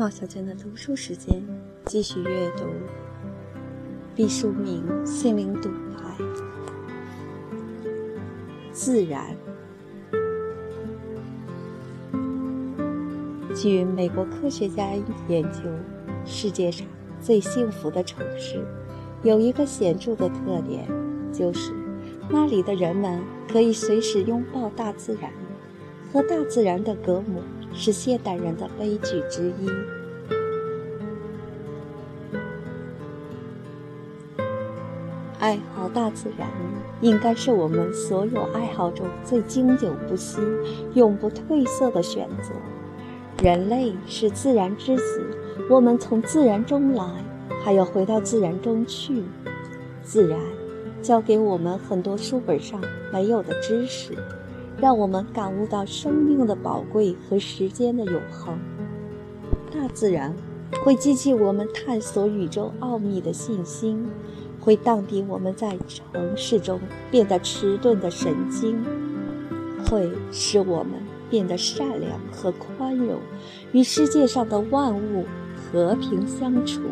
毛小娟的读书时间，继续阅读毕淑敏心灵独白。自然。据美国科学家研究，世界上最幸福的城市有一个显著的特点，就是那里的人们可以随时拥抱大自然。和大自然的隔膜是现代人的悲剧之一。爱好大自然应该是我们所有爱好中最经久不息、永不褪色的选择。人类是自然之子，我们从自然中来，还要回到自然中去。自然教给我们很多书本上没有的知识，让我们感悟到生命的宝贵和时间的永恒。大自然会激起我们探索宇宙奥秘的信心，会荡涤我们在城市中变得迟钝的神经，会使我们变得善良和宽容，与世界上的万物和平相处。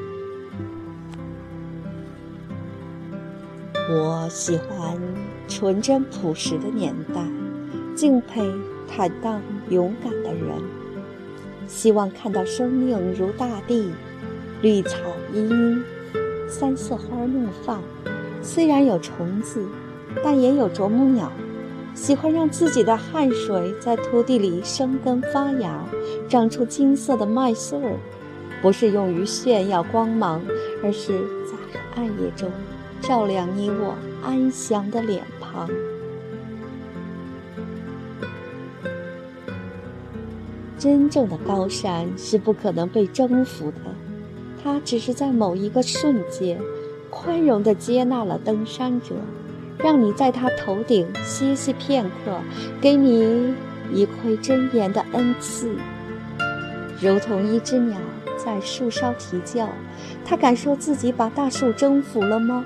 我喜欢纯真朴实的年代，敬佩坦荡勇敢的人，希望看到生命如大地，绿草茵茵，三色花怒放。虽然有虫子，但也有啄木鸟。喜欢让自己的汗水在土地里生根发芽，长出金色的麦穗儿，不是用于炫耀光芒，而是在暗夜中照亮你我安详的脸庞。真正的高山是不可能被征服的，它只是在某一个瞬间宽容地接纳了登山者，让你在他头顶歇息片刻，给你一窥真言的恩赐。如同一只鸟在树梢啼叫，他感受自己把大树征服了吗？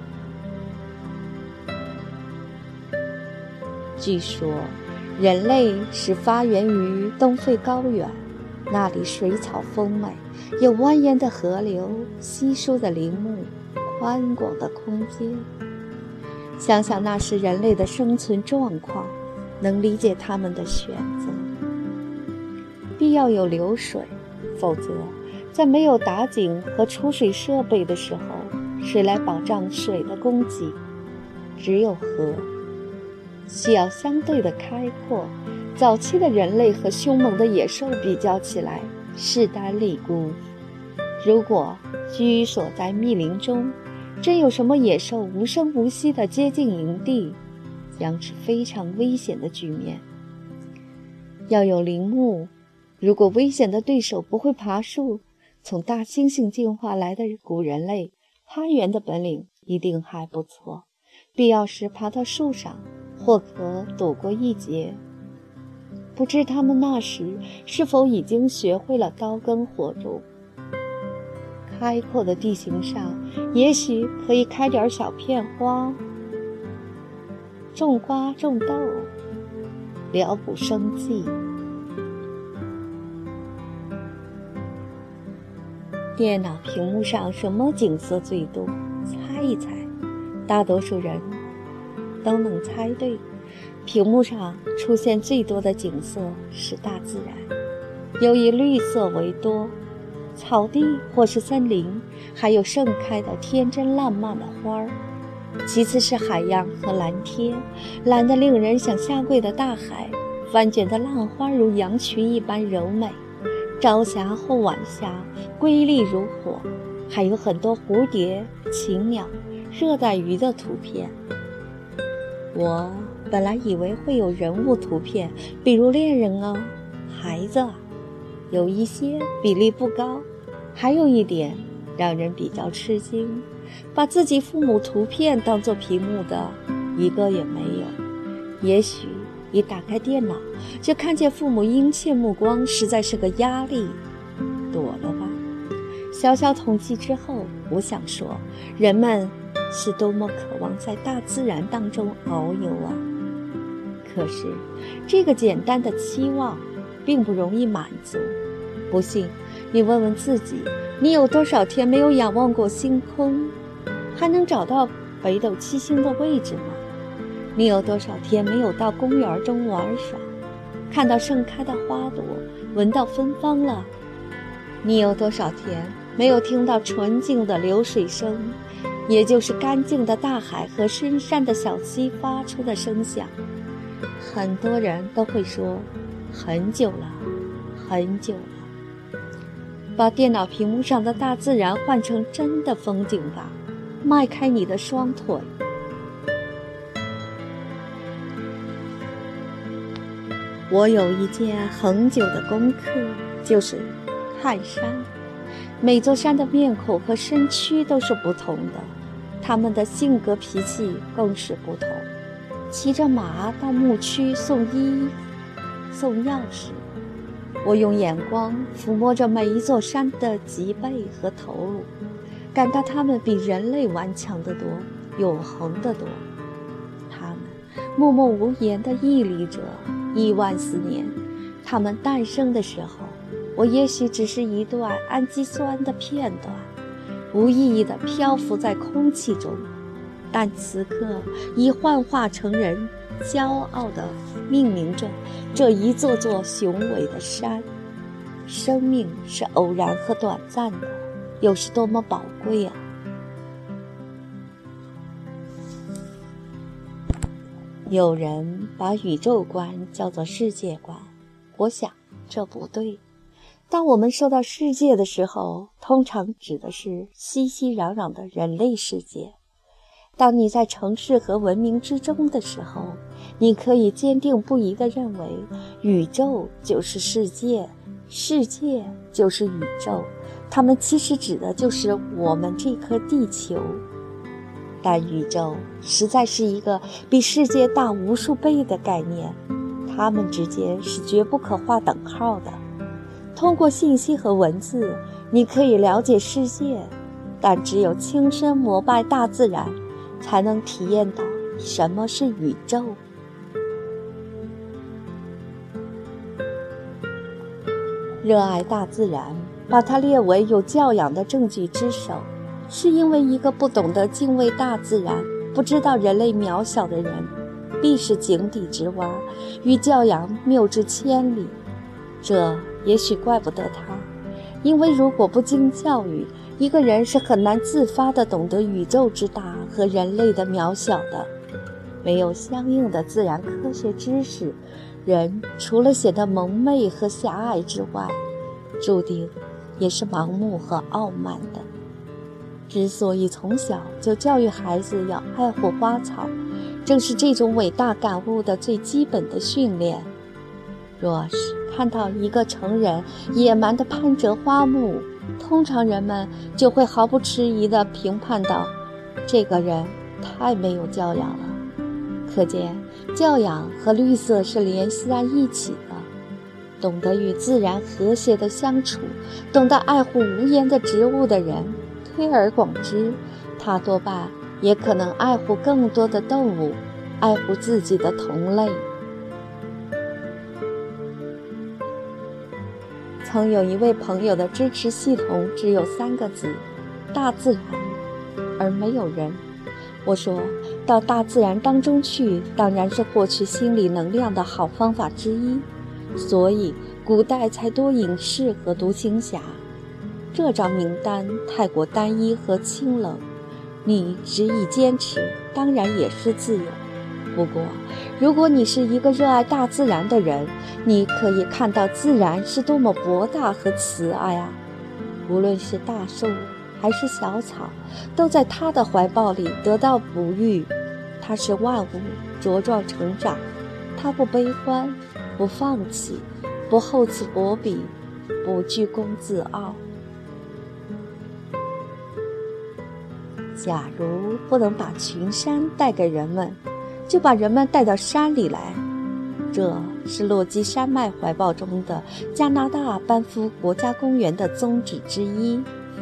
据说人类是发源于东非高原，那里水草丰美，有蜿蜒的河流，稀疏的林木，宽广的空间。想想那时人类的生存状况，能理解他们的选择。必要有流水，否则在没有打井和储水设备的时候，谁来保障水的供给？只有河，需要相对的开阔。早期的人类和凶猛的野兽比较起来，势单力孤。如果居所在密林中，真有什么野兽无声无息地接近营地，将是非常危险的局面。要有陵墓，如果危险的对手不会爬树，从大猩猩进化来的古人类，攀援的本领一定还不错，必要时爬到树上，或可躲过一劫。不知他们那时是否已经学会了刀耕火种。开阔的地形上，也许可以开点小片花，种瓜种豆，聊补生计。电脑屏幕上什么景色最多？猜一猜，大多数人都能猜对。屏幕上出现最多的景色是大自然，又以绿色为多，草地或是森林，还有盛开的天真烂漫的花儿。其次是海洋和蓝天，蓝得令人想下跪的大海，翻卷的浪花如羊群一般柔美，朝霞或晚霞瑰丽如火，还有很多蝴蝶、禽鸟、热带鱼的图片。我本来以为会有人物图片，比如恋人啊、孩子啊，有一些比例不高。还有一点让人比较吃惊，把自己父母图片当作屏幕的一个也没有。也许一打开电脑就看见父母殷切目光，实在是个压力，躲了吧。小小统计之后，我想说，人们是多么渴望在大自然当中遨游啊！可是这个简单的期望并不容易满足。不幸， 你问问自己，你有多少天没有仰望过星空？还能找到北斗七星的位置吗？你有多少天没有到公园中玩耍，看到盛开的花朵，闻到芬芳了？你有多少天没有听到纯净的流水声，也就是干净的大海和深山的小溪发出的声响？很多人都会说，很久了，很久了。把电脑屏幕上的大自然换成真的风景吧，迈开你的双腿。我有一件很久的功课，就是看山。每座山的面孔和身躯都是不同的，他们的性格脾气更是不同。骑着马到牧区送药时，我用眼光抚摸着每一座山的脊背和头颅，感到他们比人类顽强得多，永恒得多。他们默默无言地屹立着14000年。他们诞生的时候，我也许只是一段氨基酸的片段，无意义地漂浮在空气中，但此刻已幻化成人，骄傲地命名着这一座座雄伟的山。生命是偶然和短暂的，又是多么宝贵啊！有人把宇宙观叫做世界观，我想这不对。当我们说到世界的时候，通常指的是熙熙攘攘的人类世界。当你在城市和文明之中的时候，你可以坚定不移地认为，宇宙就是世界，世界就是宇宙，它们其实指的就是我们这颗地球。但宇宙实在是一个比世界大无数倍的概念，它们之间是绝不可画等号的。通过信息和文字，你可以了解世界，但只有亲身膜拜大自然，才能体验到什么是宇宙。热爱大自然，把它列为有教养的证据之首，是因为一个不懂得敬畏大自然，不知道人类渺小的人，必是井底之蛙，与教养谬之千里。这也许怪不得他，因为如果不经教育，一个人是很难自发地懂得宇宙之大和人类的渺小的。没有相应的自然科学知识，人除了显得蒙昧和狭隘之外，注定也是盲目和傲慢的。之所以从小就教育孩子要爱护花草，正是这种伟大感悟的最基本的训练。若是看到一个成人野蛮地攀折花木，通常人们就会毫不迟疑地评判道，这个人太没有教养了。可见教养和绿色是联系在一起的。懂得与自然和谐的相处，懂得爱护无言的植物的人，推而广之，他多半也可能爱护更多的动物，爱护自己的同类。曾有一位朋友的支持系统只有3个字：大自然，而没有人。我说，到大自然当中去，当然是获取心理能量的好方法之一，所以古代才多隐士和独行侠。这张名单太过单一和清冷，你执意坚持，当然也是自由。不过，如果你是一个热爱大自然的人，你可以看到自然是多么博大和慈爱啊！无论是大树还是小草，都在它的怀抱里得到哺育。它是万物茁壮成长，它不悲欢，不放弃，不厚此薄彼，不居功自傲。假如不能把群山带给人们，就把人们带到山里来。这是落基山脉怀抱中的加拿大班夫国家公园的宗旨之一。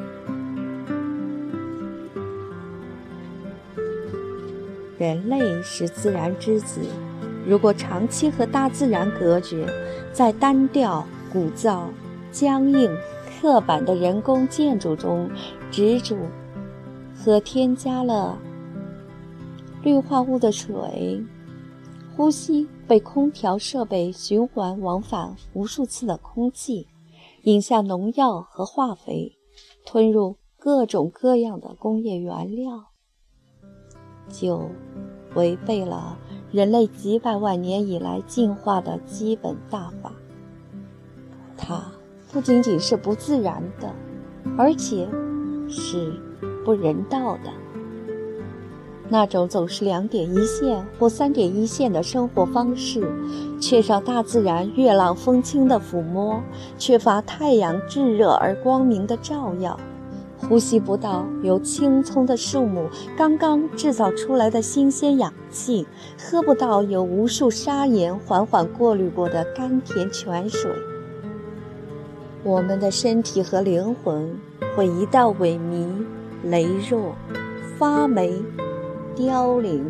人类是自然之子，如果长期和大自然隔绝，在单调、鼓噪、僵硬、 刻板的人工建筑中植株和添加了氯化物的水，呼吸被空调设备循环往返无数次的空气，饮下农药和化肥，吞入各种各样的工业原料，就违背了人类几百万年以来进化的基本大法。它不仅仅是不自然的，而且是不人道的。那种总是2点一线或3点一线的生活方式，缺少大自然月朗风清的抚摸，缺乏太阳炙热而光明的照耀，呼吸不到由青葱的树木刚刚制造出来的新鲜氧气，喝不到由无数砂岩缓缓过滤过的甘甜泉水。我们的身体和灵魂会一道萎靡、羸弱、发霉、凋零。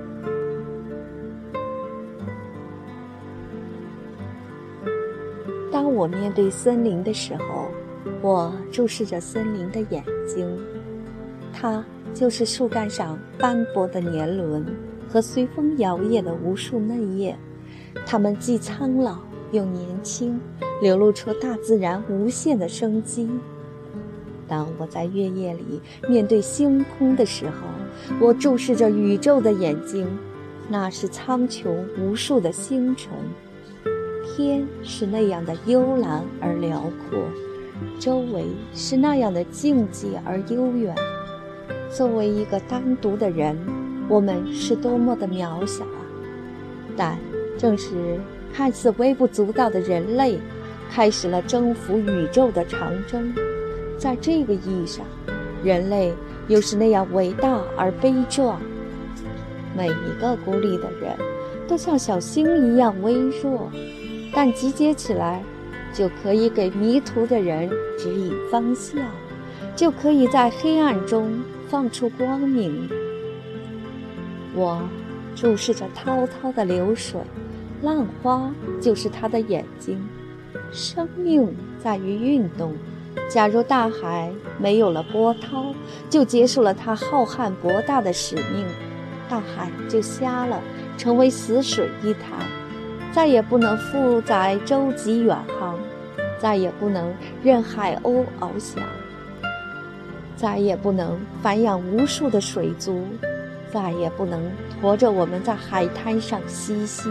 当我面对森林的时候，我注视着森林的眼睛，它就是树干上斑驳的年轮和随风摇曳的无数嫩叶，它们既苍老又年轻，流露出大自然无限的生机。当我在月夜里面对星空的时候，我注视着宇宙的眼睛，那是苍穹无数的星辰，天是那样的幽蓝而辽阔，周围是那样的静寂而悠远。作为一个单独的人，我们是多么的渺小啊！但正是看似微不足道的人类，开始了征服宇宙的长征。在这个意义上，人类又是那样伟大而悲壮。每一个孤立的人都像小星一样微弱，但集结起来就可以给迷途的人指引方向，就可以在黑暗中放出光明。我注视着滔滔的流水，浪花就是它的眼睛。生命在于运动，假如大海没有了波涛，就结束了它浩瀚博大的使命，大海就瞎了，成为死水一潭，再也不能负载舟楫远航，再也不能任海鸥翱翔，再也不能繁养无数的水族，再也不能驮着我们在海滩上嬉戏。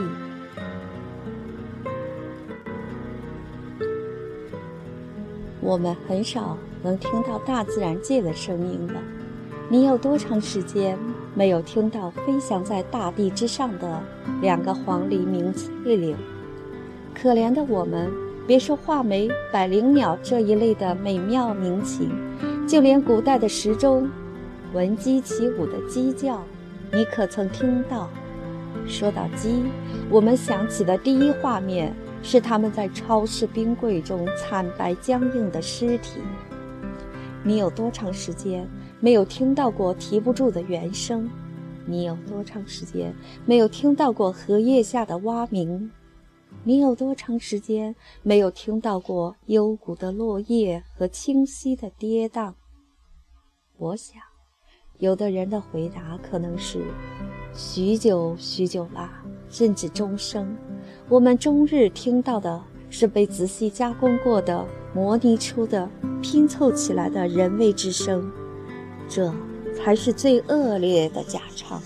我们很少能听到大自然界的声音了。你有多长时间没有听到飞翔在大地之上的2个黄鹂鸣翠岭？可怜的我们，别说画眉、百灵鸟这一类的美妙鸣禽，就连古代的时钟闻鸡起舞的鸡叫，你可曾听到？说到鸡，我们想起的第一画面是他们在超市冰柜中惨白僵硬的尸体。你有多长时间没有听到过提不住的原声？你有多长时间没有听到过荷叶下的蛙鸣？你有多长时间没有听到过幽谷的落叶和清晰的跌宕？我想，有的人的回答可能是许久许久啦，甚至终生。我们终日听到的是被仔细加工过的、模拟出的、拼凑起来的人为之声，这才是最恶劣的假唱。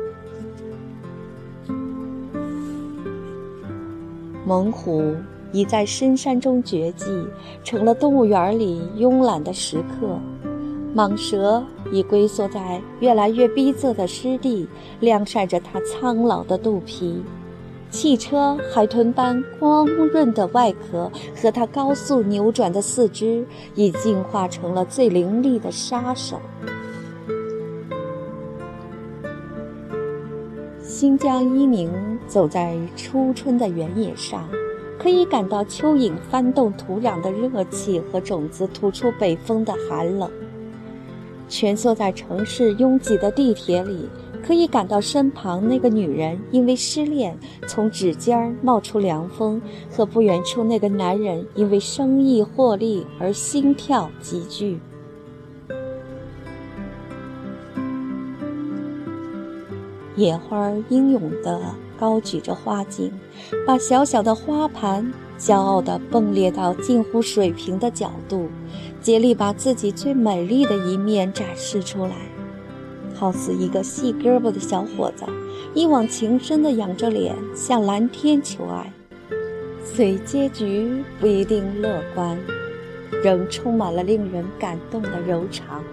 猛虎已在深山中绝迹，成了动物园里慵懒的食客。蟒蛇已龟缩在越来越逼仄的湿地，晾晒着它苍老的肚皮。汽车海豚般光润的外壳和它高速扭转的四肢，已进化成了最凌厉的杀手。新疆伊宁走在初春的原野上，可以感到蚯蚓翻动土壤的热气和种子吐出北风的寒冷。蜷缩在城市拥挤的地铁里， 可以感到身旁那个女人因为失恋从指尖冒出凉风，和不远处那个男人因为生意获利而心跳急剧。野花英勇地高举着花茎，把小小的花盘骄傲地迸裂到近乎水平的角度，竭力把自己最美丽的一面展示出来，好似一个细胳膊的小伙子，一往情深地仰着脸向蓝天求爱。虽结局不一定乐观，仍充满了令人感动的柔肠。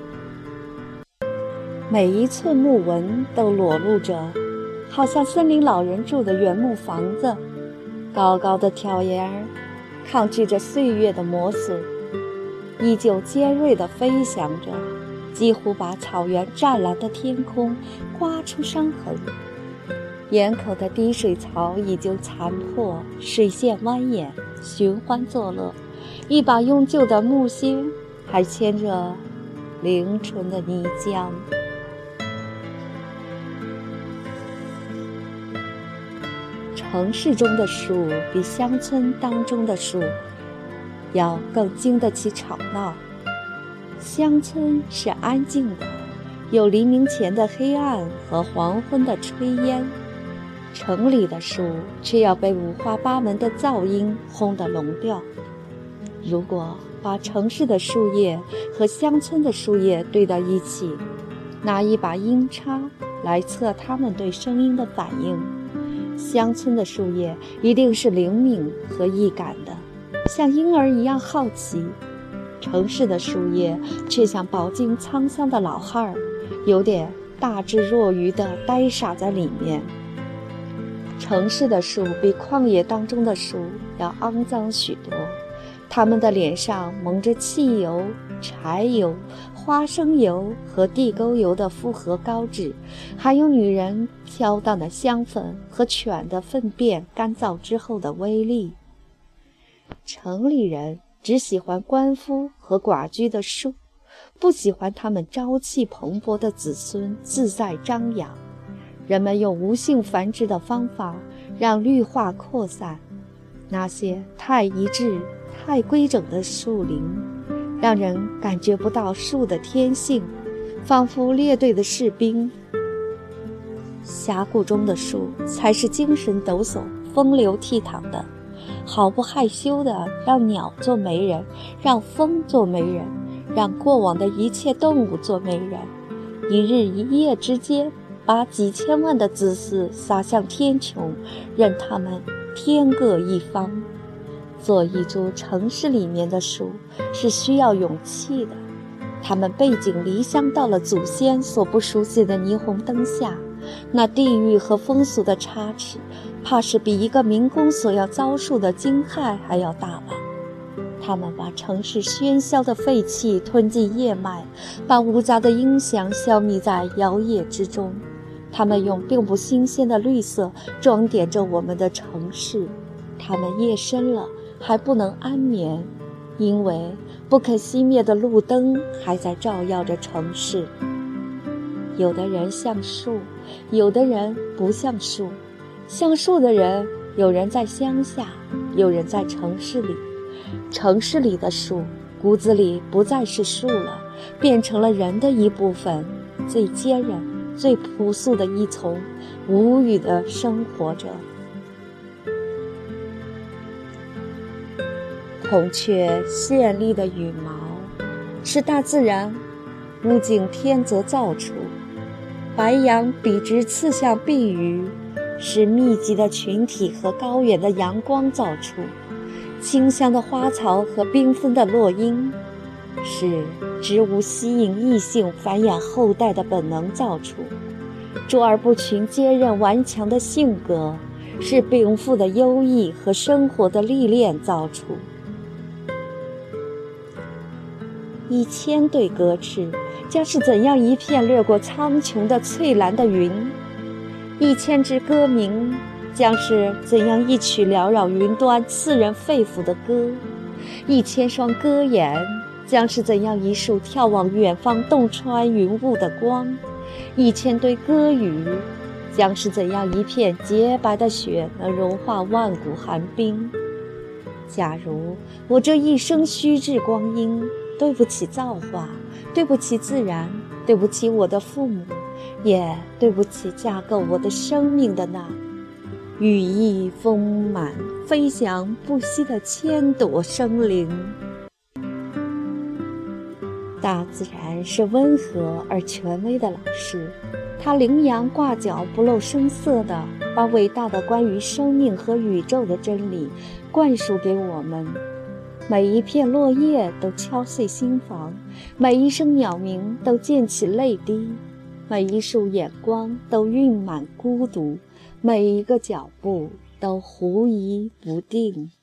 每一寸木纹都裸露着，好像森林老人住的原木房子，高高的挑檐抗拒着岁月的磨损，依旧尖锐地飞翔着，几乎把草原湛蓝的天空刮出伤痕。沿口的滴水槽已经残破，水线蜿蜒，寻欢作乐。一把用旧的木楫还牵着凌纯的泥浆。城市中的树比乡村当中的树要更经得起吵闹。乡村是安静的，有黎明前的黑暗和黄昏的炊烟，城里的树却要被五花八门的噪音轰得聋掉。如果把城市的树叶和乡村的树叶对到一起，拿一把音叉来测它们对声音的反应，乡村的树叶一定是灵敏和易感的，像婴儿一样好奇；城市的树叶却像饱经沧桑的老汉儿，有点大智若愚地呆傻在里面。城市的树比旷野当中的树要肮脏许多，它们的脸上蒙着汽油、柴油、花生油和地沟油的复合膏质，还有女人飘荡的香粉和犬的粪便干燥之后的微粒。城里人只喜欢官夫和寡居的树，不喜欢他们朝气蓬勃的子孙自在张扬。人们用无性繁殖的方法让绿化扩散，那些太一致、太规整的树林让人感觉不到树的天性，仿佛列队的士兵。峡谷中的树才是精神抖擞、风流倜傥的，毫不害羞地让鸟做媒人，让风做媒人，让过往的一切动物做媒人，一日一夜之间把几千万的子嗣撒向天穹，任他们天各一方。做一株城市里面的树是需要勇气的，他们背井离乡到了祖先所不熟悉的霓虹灯下，那地域和风俗的差池怕是比一个民工所要遭受的惊骇还要大吧。他们把城市喧嚣的废气吞进叶脉，把无杂的音响消弭在摇曳之中。他们用并不新鲜的绿色装点着我们的城市，他们夜深了还不能安眠，因为不可熄灭的路灯还在照耀着城市。有的人像树，有的人不像树。像树的人，有人在乡下，有人在城市里。城市里的树骨子里不再是树了，变成了人的一部分，最坚韧、最朴素的一丛，无语地生活着。孔雀绚丽的羽毛是大自然物竞天择造出，白杨笔直刺向碧鱼是密集的群体和高远的阳光造出，清香的花草和缤纷的落英是植物吸引异性繁衍后代的本能造出，卓而不群、坚韧顽强的性格是禀赋的优异和生活的历练造出。1000对歌翅将是怎样一片掠过苍穹的翠蓝的云，1000支歌鸣将是怎样一曲缭绕云端刺人肺腑的歌，1000双歌眼将是怎样一束眺望远方洞穿云雾的光 1000堆歌语，将是怎样一片洁白的雪能融化万古寒冰？假如我这一生虚掷光阴，对不起造化，对不起自然，对不起我的父母，也对不起架构我的生命的那羽翼丰满、飞翔不息的千朵生灵。大自然是温和而权威的老师，它羚羊挂角不露声色地把伟大的关于生命和宇宙的真理灌输给我们。每一片落叶都敲碎心房，每一声鸟鸣都溅起泪滴，每一束眼光都蕴满孤独，每一个脚步都狐疑不定。